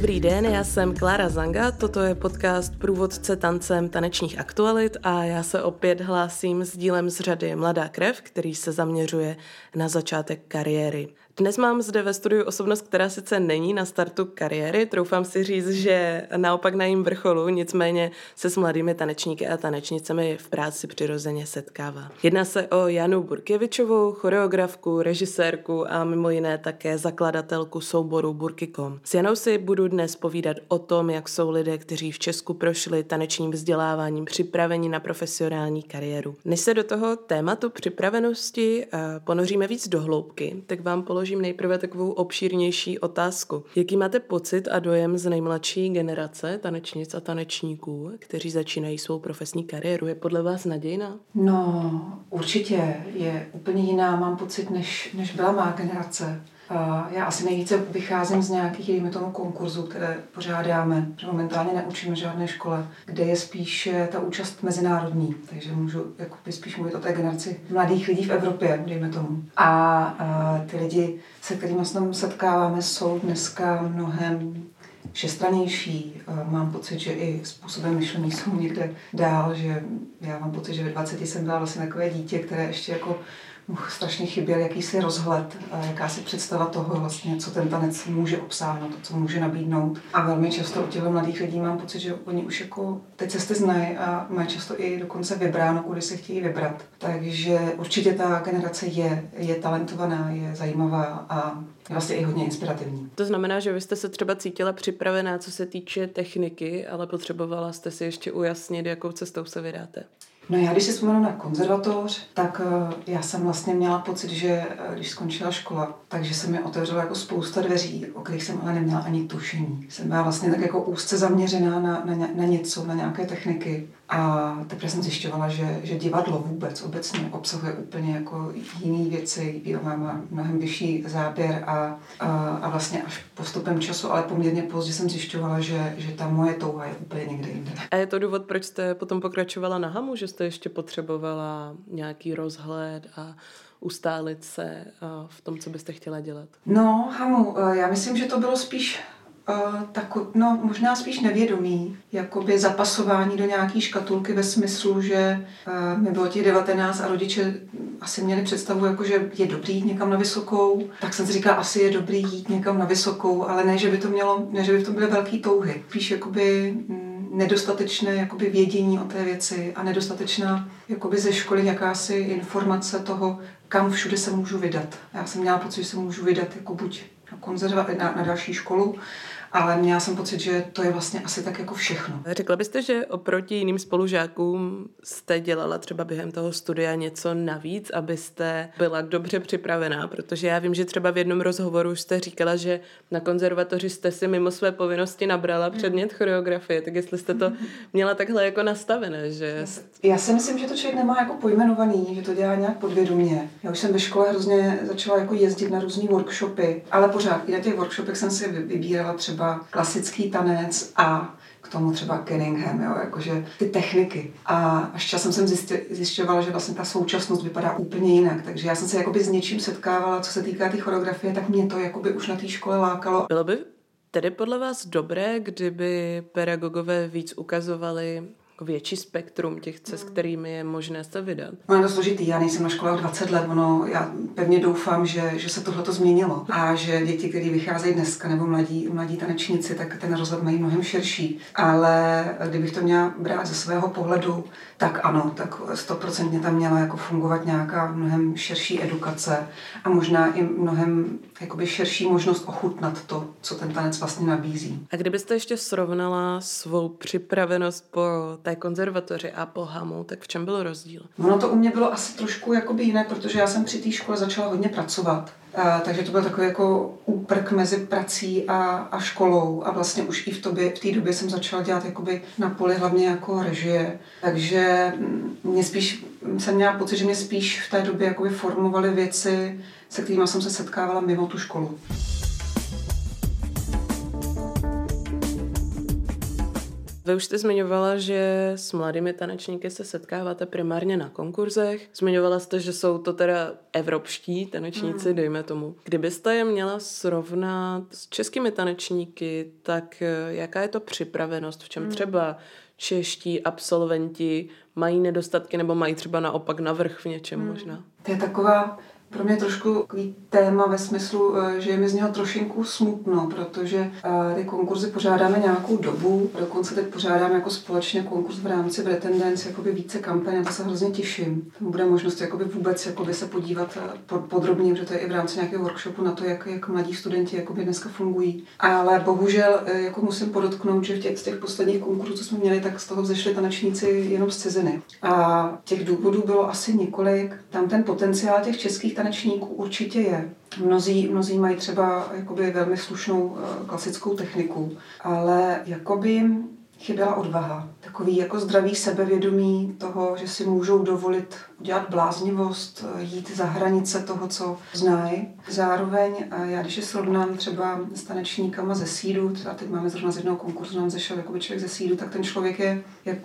Dobrý den, já jsem Klára Zanga, toto je podcast Průvodce tancem tanečních aktualit a já se opět hlásím s dílem z řady Mladá krev, který se zaměřuje na začátek kariéry. Dnes mám zde ve studiu osobnost, která sice není na startu kariéry, troufám si říct, že naopak na jejím vrcholu, nicméně se s mladými tanečníky a tanečnicemi v práci přirozeně setkává. Jedná se o Janu Burkjevičovou, choreografku, režisérku a mimo jiné také zakladatelku souboru Burky.com. S Janou si budu dnes povídat o tom, jak jsou lidé, kteří v Česku prošli tanečním vzděláváním, připraveni na profesionální kariéru. Než se do toho tématu připravenosti ponoříme víc do hloubky, tak vám položím nejprve takovou obšírnější otázku. Jaký máte pocit a dojem z nejmladší generace tanečnic a tanečníků, kteří začínají svou profesní kariéru? Je podle vás nadějná? No, určitě je úplně jiná, mám pocit, než byla má generace. Já asi nejvíce vycházím z nějakých, dejme tomu, konkurzů, které pořádáme, protože momentálně neučíme žádné škole, kde je spíš ta účast mezinárodní, takže můžu spíš mluvit o té generaci mladých lidí v Evropě, dejme tomu. A ty lidi, se kterými se tam setkáváme, jsou dneska mnohem všestrannější. Mám pocit, že i způsobem myšlení jsou někde dál, že já mám pocit, že ve 20 jsem byla vlastně takové dítě, které ještě jako strašně chyběl jakýsi rozhled, jakási představa toho vlastně, co ten tanec může obsáhnout, co může nabídnout. A velmi často u těch mladých lidí mám pocit, že oni už jako ty cesty znají a mají často i dokonce vybráno, kudy se chtějí vybrat. Takže určitě ta generace je talentovaná, je zajímavá a je vlastně i hodně inspirativní. To znamená, že vy jste se třeba cítila připravená, co se týče techniky, ale potřebovala jste si ještě ujasnit, jakou cestou se vydáte. No já, když si vzpomenu na konzervatoř, tak já jsem vlastně měla pocit, že když skončila škola, takže se mi otevřela jako spousta dveří, o kterých jsem ale neměla ani tušení. Jsem byla vlastně tak jako úzce zaměřená na něco, na nějaké techniky. A teprve jsem zjišťovala, že divadlo vůbec obecně obsahuje úplně jako jiné věci, má mnohem vyšší záběr a vlastně až postupem času, ale poměrně pozdě jsem zjišťovala, že ta moje touha je úplně někde jinde. A je to důvod, proč jste potom pokračovala na Hamu, že jste ještě potřebovala nějaký rozhled a ustálit se v tom, co byste chtěla dělat? No, Hamu, já myslím, že to bylo spíš možná spíš nevědomí, jakoby zapasování do nějaký škatulky ve smyslu, že mi bylo těch 19 a rodiče asi měli představu, jako, že je dobrý jít někam na vysokou, tak jsem si říkala, asi je dobrý jít někam na vysokou, ale ne, že by v tom byly velký touhy. Spíš jakoby nedostatečné jakoby vědění o té věci a nedostatečná jakoby ze školy jakási informace toho, kam všude se můžu vydat. Já jsem měla pocit, že se můžu vydat jako buď na další školu, ale měla jsem pocit, že to je vlastně asi tak jako všechno. Řekla byste, že oproti jiným spolužákům jste dělala třeba během toho studia něco navíc, abyste byla dobře připravená? Protože já vím, že třeba v jednom rozhovoru už jste říkala, že na konzervatoři jste si mimo své povinnosti nabrala předmět choreografie, tak jestli jste to měla takhle jako nastavené, že... Já si myslím, že to člověk nemá jako pojmenovaný, že to dělá nějak podvědomě. Já už jsem ve škole hrozně začala jako jezdit na různý workshopy, ale pořád i na těch workshopech jsem si vybírala třeba klasický tanec a k tomu třeba Cunningham, jakože ty techniky. A až časem jsem zjišťovala, že vlastně ta současnost vypadá úplně jinak, takže já jsem se jakoby s něčím setkávala, co se týká té choreografie, tak mě to jakoby už na té škole lákalo. Bylo by tedy podle vás dobré, kdyby pedagogové víc ukazovali větší spektrum těch cest, kterými je možné se vydat? No je to složitý, já nejsem na škole 20 let, já pevně doufám, že se tohleto změnilo a že děti, které vycházejí dneska, nebo mladí tanečníci, tak ten rozhled mají mnohem širší. Ale kdybych to měla brát ze svého pohledu, tak ano, tak 100% tam měla jako fungovat nějaká mnohem širší edukace a možná i mnohem jakoby širší možnost ochutnat to, co ten tanec vlastně nabízí. A kdybyste ještě srovnala svou připravenost po té konzervatoři a po Hamu, tak v čem byl rozdíl? Ono to u mě bylo asi trošku jakoby jiné, protože já jsem při té škole začala hodně pracovat. Takže to byl takový jako úprk mezi prací a školou a vlastně už i v té době jsem začala dělat jakoby na poli hlavně jako režie. Takže jsem měla pocit, že mě spíš v té době jakoby formovaly věci, se kterými jsem se setkávala mimo tu školu. Vy už jste zmiňovala, že s mladými tanečníky se setkáváte primárně na konkurzech. Zmiňovala jste, že jsou to teda evropští tanečníci, dejme tomu. Kdybyste je měla srovnat s českými tanečníky, tak jaká je to připravenost? V čem třeba čeští absolventi mají nedostatky nebo mají třeba naopak navrch v něčem možná? To je taková pro mě trošku takový téma ve smyslu, že je mi z něho trošinku smutno, protože ty konkurzy pořádáme nějakou dobu, dokonce teď pořádáme jako společně konkurs v rámci Pretendence, jakoby více kampaně, na to se hrozně těším. Tam bude možnost jakoby vůbec jakoby se podívat podrobně, protože to je i v rámci nějakého workshopu na to, jak mladí studenti jakoby dneska fungují. Ale bohužel jako musím podotknout, že z těch posledních konkursů, co jsme měli, tak z toho vzešli tanečníci jenom z ciziny. A těch důvodů bylo asi několik. Tam ten potenciál těch českých tanečníků určitě je. Mnozí mají třeba jakoby velmi slušnou klasickou techniku, ale jakoby jim chyběla odvaha. Takový jako zdravý sebevědomí toho, že si můžou dovolit udělat bláznivost, jít za hranice toho, co znají. Zároveň, já když je srovnám třeba s tanečníkama ze Seedu, třeba teď máme zrovna z jednoho konkurzu, nám zešel jakoby člověk ze Seedu, tak ten člověk je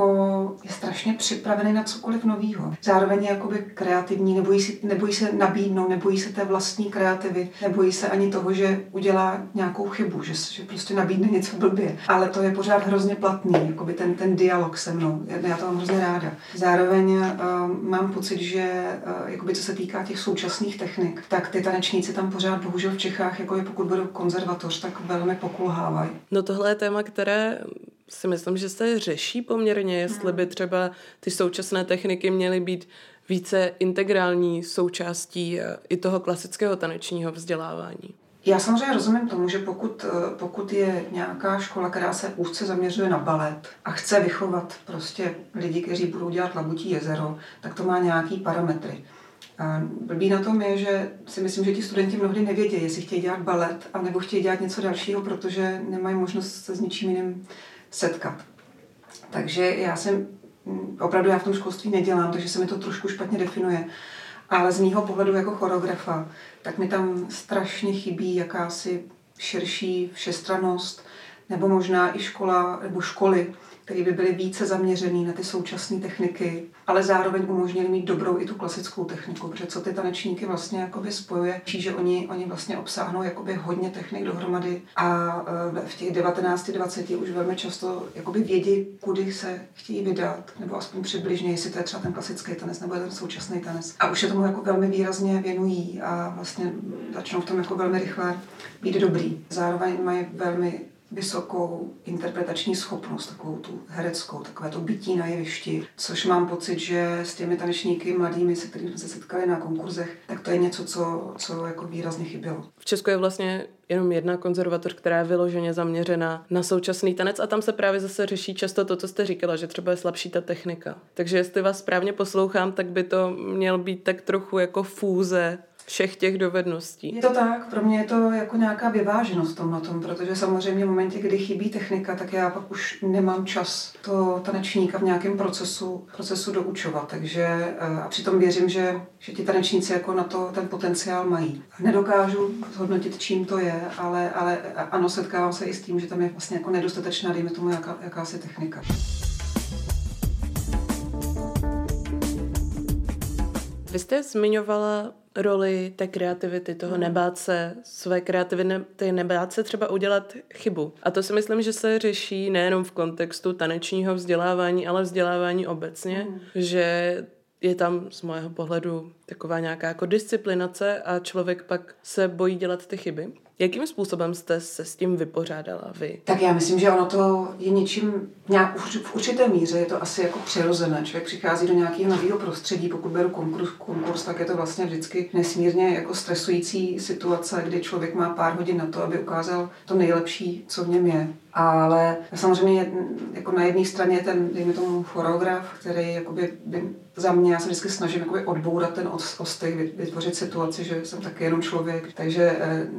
strašně připravený na cokoliv novýho. Zároveň je jakoby kreativní, nebojí se nabídnout, nebojí se té vlastní kreativy, nebojí se ani toho, že udělá nějakou chybu, že prostě nabídne něco blbě. Ale to je pořád hrozně platný, jakoby ten dialog se mnou. Já to mám hrozně ráda. Zároveň mám pocit, že jakoby co se týká těch současných technik, tak ty tanečníci tam pořád bohužel v Čechách, jako je pokud budou konzervatoř, tak velmi pokulhávají. No tohle je téma, které si myslím, že se řeší poměrně, jestli by třeba ty současné techniky měly být více integrální součástí i toho klasického tanečního vzdělávání. Já samozřejmě rozumím tomu, že pokud je nějaká škola, která se úzce zaměřuje na balet a chce vychovat prostě lidi, kteří budou dělat Labutí jezero, tak to má nějaký parametry. A blbý na tom je, že si myslím, že ti studenti mnohdy nevědí, jestli chtějí dělat balet, anebo chtějí dělat něco dalšího, protože nemají možnost se s ničím jiným setkat. Takže já v tom školství nedělám, takže se mi to trošku špatně definuje. Ale z mýho pohledu jako choreografa, tak mi tam strašně chybí jakási širší všestrannost, nebo možná i škola nebo školy, které by byly více zaměřený na ty současné techniky, ale zároveň umožnili mít dobrou i tu klasickou techniku, protože co ty tanečníky vlastně jakoby spojuje, že oni vlastně obsáhnou jakoby hodně technik dohromady a v těch 19-20 už velmi často jakoby vědí, kudy se chtějí vydat, nebo aspoň přibližně, jestli to je třeba ten klasický tanec nebo ten současný tanec. A už se tomu jako velmi výrazně věnují a vlastně začnou v tom jako velmi rychle být dobrý. Zároveň mají velmi vysokou interpretační schopnost, takovou tu hereckou, takové to bytí na jevišti, což mám pocit, že s těmi tanečníky mladými, se kterými jsme se setkali na konkurzech, tak to je něco, co jako výrazně chybělo. V Česku je vlastně jenom jedna konzervatoř, která je vyloženě zaměřena na současný tanec a tam se právě zase řeší často to, co jste říkala, že třeba je slabší ta technika. Takže jestli vás správně poslouchám, tak by to měl být tak trochu jako fúze všech těch dovedností. Je to tak, pro mě je to jako nějaká vyváženost v tomhletom, protože samozřejmě v momentě, kdy chybí technika, tak já pak už nemám čas to tanečníka v nějakém procesu doučovat, takže a přitom věřím, že ti tanečníci jako na to ten potenciál mají. Nedokážu zhodnotit, čím to je, ale ano, setkávám se i s tím, že tam je vlastně jako nedostatečná, dejme tomu, jakási technika. Vy jste zmiňovala roli té kreativity, toho nebát se, své kreativity, nebát se třeba udělat chybu. A to si myslím, že se řeší nejenom v kontextu tanečního vzdělávání, ale vzdělávání obecně, že je tam z mého pohledu taková nějaká jako disciplinace a člověk pak se bojí dělat ty chyby. Jakým způsobem jste se s tím vypořádala vy? Tak já myslím, že ono to je něčím, v určité míře je to asi jako přirozené. Člověk přichází do nějakého nového prostředí, pokud beru konkurs, tak je to vlastně vždycky nesmírně jako stresující situace, kdy člověk má pár hodin na to, aby ukázal to nejlepší, co v něm je. Ale samozřejmě jako na jedné straně je ten, dejme tomu, choreograf, který jakoby za mě, já se vždycky snažím jakoby odbourat ten ostych, vytvořit situaci, že jsem taky jenom člověk. Takže tímhle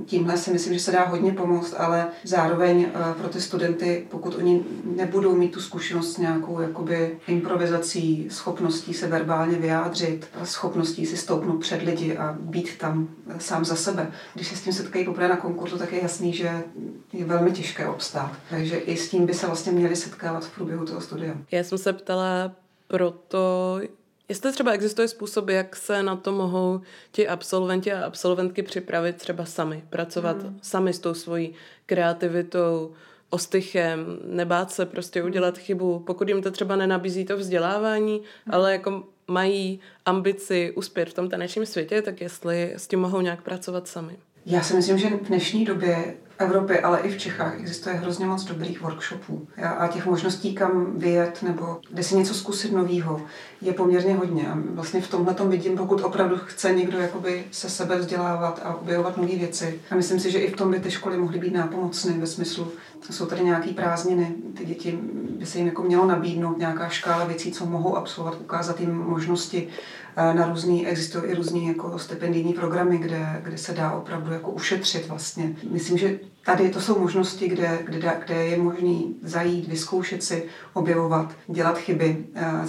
si myslím, že se dá hodně pomoct, ale zároveň pro ty studenty, pokud oni nebudou mít tu zkušenost s nějakou jakoby improvizací, schopností se verbálně vyjádřit, schopností si stoupnout před lidi a být tam sám za sebe. Když se s tím setkají poprvé na konkurzu, tak je jasný, že je velmi těžké obstát. Takže i s tím by se vlastně měli setkávat v průběhu toho studia. Já jsem se ptala proto, jestli třeba existuje způsob, jak se na to mohou ti absolventi a absolventky připravit třeba sami, pracovat sami s tou svojí kreativitou, ostychem, nebát se prostě udělat chybu, pokud jim to třeba nenabízí to vzdělávání, ale jako mají ambici uspět v tom tanečním světě, tak jestli s tím mohou nějak pracovat sami. Já si myslím, že v dnešní době v Evropě, ale i v Čechách existuje hrozně moc dobrých workshopů. A těch možností, kam vyjet nebo kde si něco zkusit novýho, je poměrně hodně. A vlastně v tomhletom vidím, pokud opravdu chce někdo jakoby se sebe vzdělávat a objevovat nové věci. A myslím si, že i v tom by ty školy mohly být nápomocné ve smyslu, jsou tady nějaké prázdniny, ty děti by se jim jako mělo nabídnout nějaká škála věcí, co mohou absolvovat, ukázat jim možnosti na různý, existují i různý jako stipendijní programy, kde se dá opravdu jako ušetřit vlastně. Myslím, že tady to jsou možnosti, kde je možný zajít, vyzkoušet si, objevovat, dělat chyby,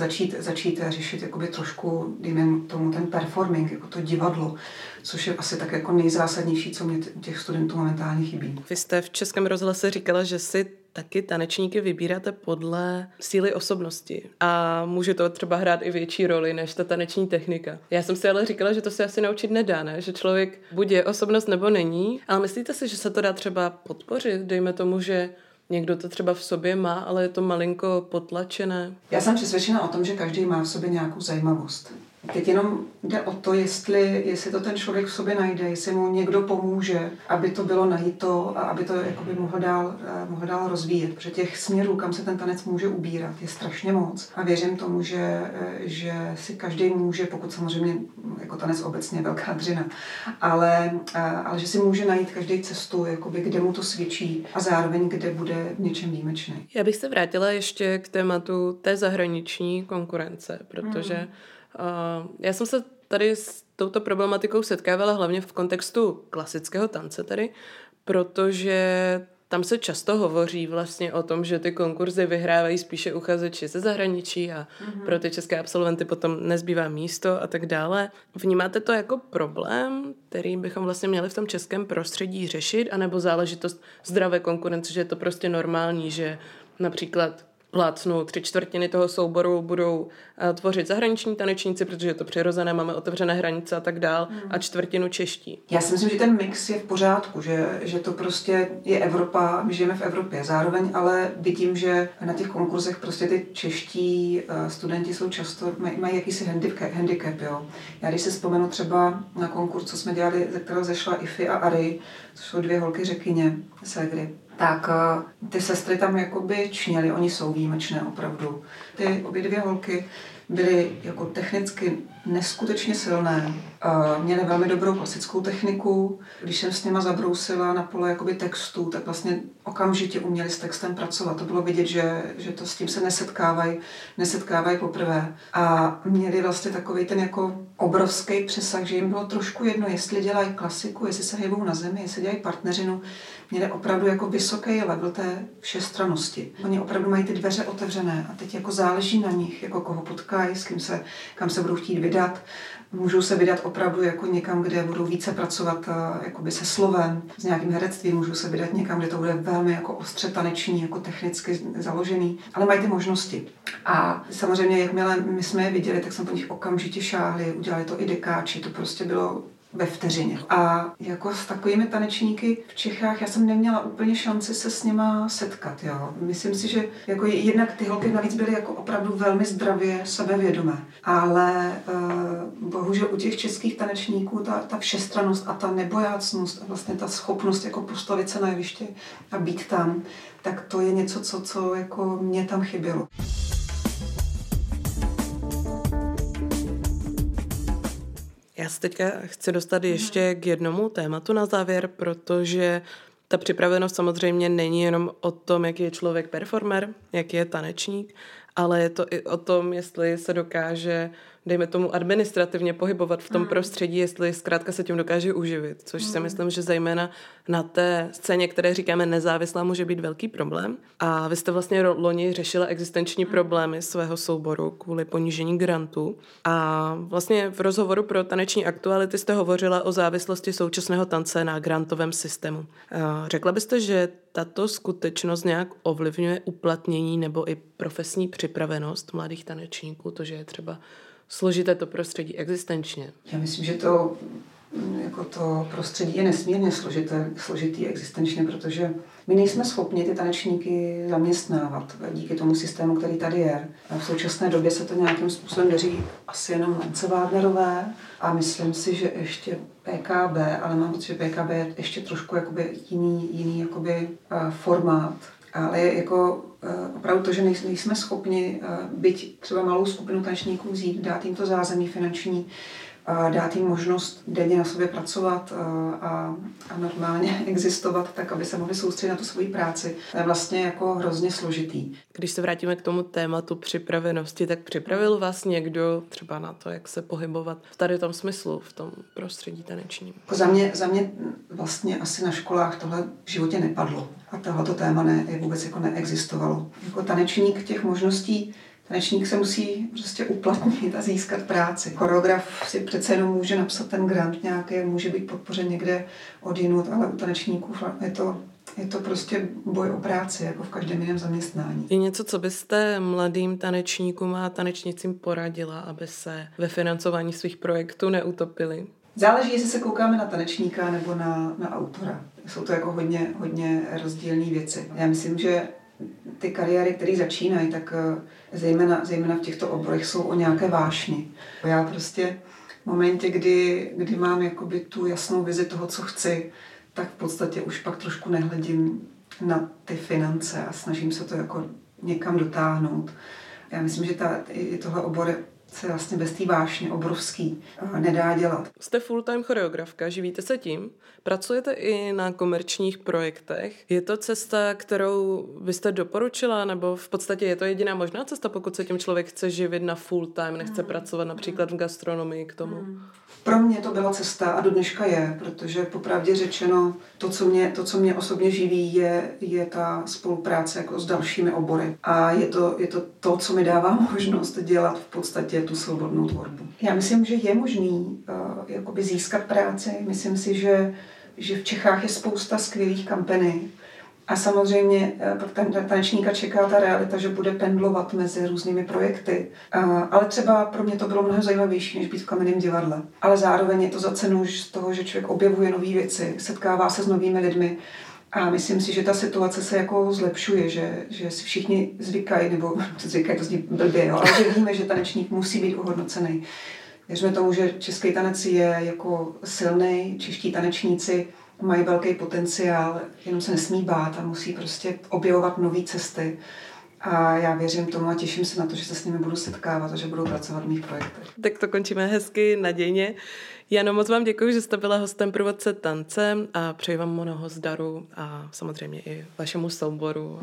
začít řešit jakoby trošku, dejme tomu ten performing, jako to divadlo, což je asi tak jako nejzásadnější, co mě těch studentů momentálně chybí. Vy jste v Českém rozhlase říkala, že si taky tanečníky vybíráte podle síly osobnosti a může to třeba hrát i větší roli než ta taneční technika. Já jsem si ale říkala, že to se asi naučit nedá, ne? Že člověk buď je osobnost nebo není, ale myslíte si, že se to dá třeba podpořit? Dejme tomu, že někdo to třeba v sobě má, ale je to malinko potlačené. Já jsem přesvědčena o tom, že každý má v sobě nějakou zajímavost. Teď jenom jde o to, jestli to ten člověk v sobě najde, jestli mu někdo pomůže, aby to bylo najito a aby to jakoby mohl dál rozvíjet. Protože těch směrů, kam se ten tanec může ubírat, je strašně moc. A věřím tomu, že si každý může, pokud samozřejmě jako tanec obecně je velká dřina, ale že si může najít každý cestu, jakoby, kde mu to svědčí a zároveň kde bude v něčem výjimečný. Já bych se vrátila ještě k tématu té zahraniční konkurence, protože já jsem se tady s touto problematikou setkávala hlavně v kontextu klasického tance tady, protože tam se často hovoří vlastně o tom, že ty konkurzy vyhrávají spíše uchazeči ze zahraničí a pro ty české absolventy potom nezbývá místo a tak dále. Vnímáte to jako problém, který bychom vlastně měli v tom českém prostředí řešit, anebo záležitost zdravé konkurence, že je to prostě normální, že například plácnu 3/4 toho souboru budou tvořit zahraniční tanečníci, protože je to přirozené, máme otevřené hranice a tak dál, a 1/4 čeští. Já si myslím, že ten mix je v pořádku, že to prostě je Evropa, my žijeme v Evropě. Zároveň ale vidím, že na těch konkurzech prostě ty čeští studenti jsou často, mají jakýsi handicap, jo. Já když si vzpomenu třeba na konkurs, co jsme dělali, ze kterého zešla Ifi a Ari, což jsou 2 holky řekyně, ségry, tak ty sestry tam jakoby čněly, oni jsou výjimečné opravdu. Ty obě 2 holky byly jako technicky neskutečně silné, měly velmi dobrou klasickou techniku. Když jsem s nima zabrousila na pole jakoby textu, tak vlastně okamžitě uměli s textem pracovat. To bylo vidět, že to s tím se nesetkávají poprvé. A měli vlastně takový ten jako obrovský přesah, že jim bylo trošku jedno, jestli dělají klasiku, jestli se hejbou na zemi, jestli dělají partneřinu. Měli opravdu jako vysoký level té všestrannosti. Oni opravdu mají ty dveře otevřené a teď jako záleží na nich, jako koho potkají, kam se budou chtít vydat. Můžou se vydat opravdu jako někam, kde budou více pracovat jakoby se slovem, s nějakým herectvím, můžou se vydat někam, kde to bude velmi jako ostře taneční, jako technicky založený, ale mají ty možnosti. A samozřejmě, jakmile my jsme je viděli, tak jsme po nich okamžitě šáhli, udělali to i dekáči, to prostě bylo ve vteřině. A jako s takovými tanečníky v Čechách já jsem neměla úplně šanci se s nima setkat. Jo. Myslím si, že jako jednak ty holky navíc byly jako opravdu velmi zdravě sebevědomé. Ale bohužel u těch českých tanečníků ta všestrannost a ta nebojácnost a vlastně ta schopnost jako postavit se na jeviště a být tam, tak to je něco, co jako mě tam chybělo. Já se teďka chci dostat ještě k jednomu tématu na závěr, protože ta připravenost samozřejmě není jenom o tom, jaký je člověk performer, jaký je tanečník, ale je to i o tom, jestli se dokáže dejme tomu, administrativně pohybovat v tom prostředí, jestli zkrátka se tím dokáže uživit, což si myslím, že zejména na té scéně, které říkáme nezávislá, může být velký problém. A vy jste vlastně loni řešila existenční problémy svého souboru kvůli ponížení grantů. A vlastně v rozhovoru pro Taneční aktuality jste hovořila o závislosti současného tance na grantovém systému. Řekla byste, že tato skutečnost nějak ovlivňuje uplatnění nebo i profesní připravenost mladých tanečníků, to, že je třeba složité to prostředí existenčně? Já myslím, že to prostředí je nesmírně složitý existenčně, protože my nejsme schopni ty tanečníky zaměstnávat díky tomu systému, který tady je. A v současné době se to nějakým způsobem daří asi jenom Lence Wagnerové a myslím si, že ještě PKB, ale mám pocit, že PKB je ještě trošku jakoby jiný jakoby, formát. Ale jako opravdu to, že nejsme schopni byť třeba malou skupinu tanečníků vzít, dát jim to zázemí finanční, dát jim možnost denně na sobě pracovat a normálně existovat tak, aby se mohli soustředit na tu svoji práci. To je vlastně jako hrozně složitý. Když se vrátíme k tomu tématu připravenosti, tak připravil vás někdo třeba na to, jak se pohybovat v tady tom smyslu, v tom prostředí tanečním? Jako za mě vlastně asi na školách tohle v životě nepadlo. A tohleto téma vůbec jako neexistovalo. Jako tanečník těch možností tanečník se musí prostě uplatnit a získat práci. Choreograf si přece jenom může napsat ten grant nějaký, může být podpořen někde odjinud, ale u tanečníků je to prostě boj o práci, jako v každém jiném zaměstnání. Je něco, co byste mladým tanečníkům a tanečnicím poradila, aby se ve financování svých projektů neutopili? Záleží, jestli se koukáme na tanečníka nebo na autora. Jsou to jako hodně rozdílné věci. Já myslím, že ty kariéry, které začínají, tak zejména v těchto oborech jsou o nějaké vášni. Já prostě v momentě, kdy mám jakoby tu jasnou vizi toho, co chci, tak v podstatě už pak trošku nehledím na ty finance a snažím se to jako někam dotáhnout. Já myslím, že tohle obor se vlastně bez té vášně obrovský nedá dělat. Jste full-time choreografka, živíte se tím? Pracujete i na komerčních projektech? Je to cesta, kterou byste doporučila, nebo v podstatě je to jediná možná cesta, pokud se tím člověk chce živit na full-time, nechce pracovat například v gastronomii k tomu? Pro mě to byla cesta a do dneška je, protože popravdě řečeno, to, co mě osobně živí, je ta spolupráce jako s dalšími obory. A je to, co mi dává možnost dělat v podstatě tu svobodnou tvorbu. Já myslím, že je možný jakoby získat práci. Myslím si, že v Čechách je spousta skvělých kampany. A samozřejmě tanečníka čeká ta realita, že bude pendlovat mezi různými projekty. Ale třeba pro mě to bylo mnohem zajímavější, než být v kamenném divadle. Ale zároveň je to za cenu z toho, že člověk objevuje nové věci, setkává se s novými lidmi. A myslím si, že ta situace se jako zlepšuje, že si všichni zvykají, nebo zvykají to zní blbě, jo, ale že víme, že tanečník musí být ohodnocený. Věříme tomu, že český tanec je jako silný, čeští tanečníci mají velký potenciál, jenom se nesmí bát a musí prostě objevovat nové cesty. A já věřím tomu a těším se na to, že se s nimi budu setkávat a že budou pracovat v mých projektech. Tak to končíme hezky, nadějně. Jano, moc vám děkuji, že jste byla hostem Průvodce tancem a přeji vám mnoho zdaru a samozřejmě i vašemu souboru.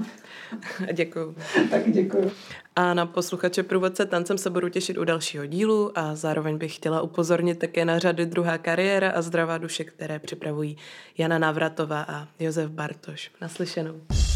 Děkuji. Taky děkuji. A na posluchače Průvodce tancem se budu těšit u dalšího dílu a zároveň bych chtěla upozornit také na řady Druhá kariéra a Zdravá duše, které připravují Jana Navratová a Josef Bartoš. Naslyšenou.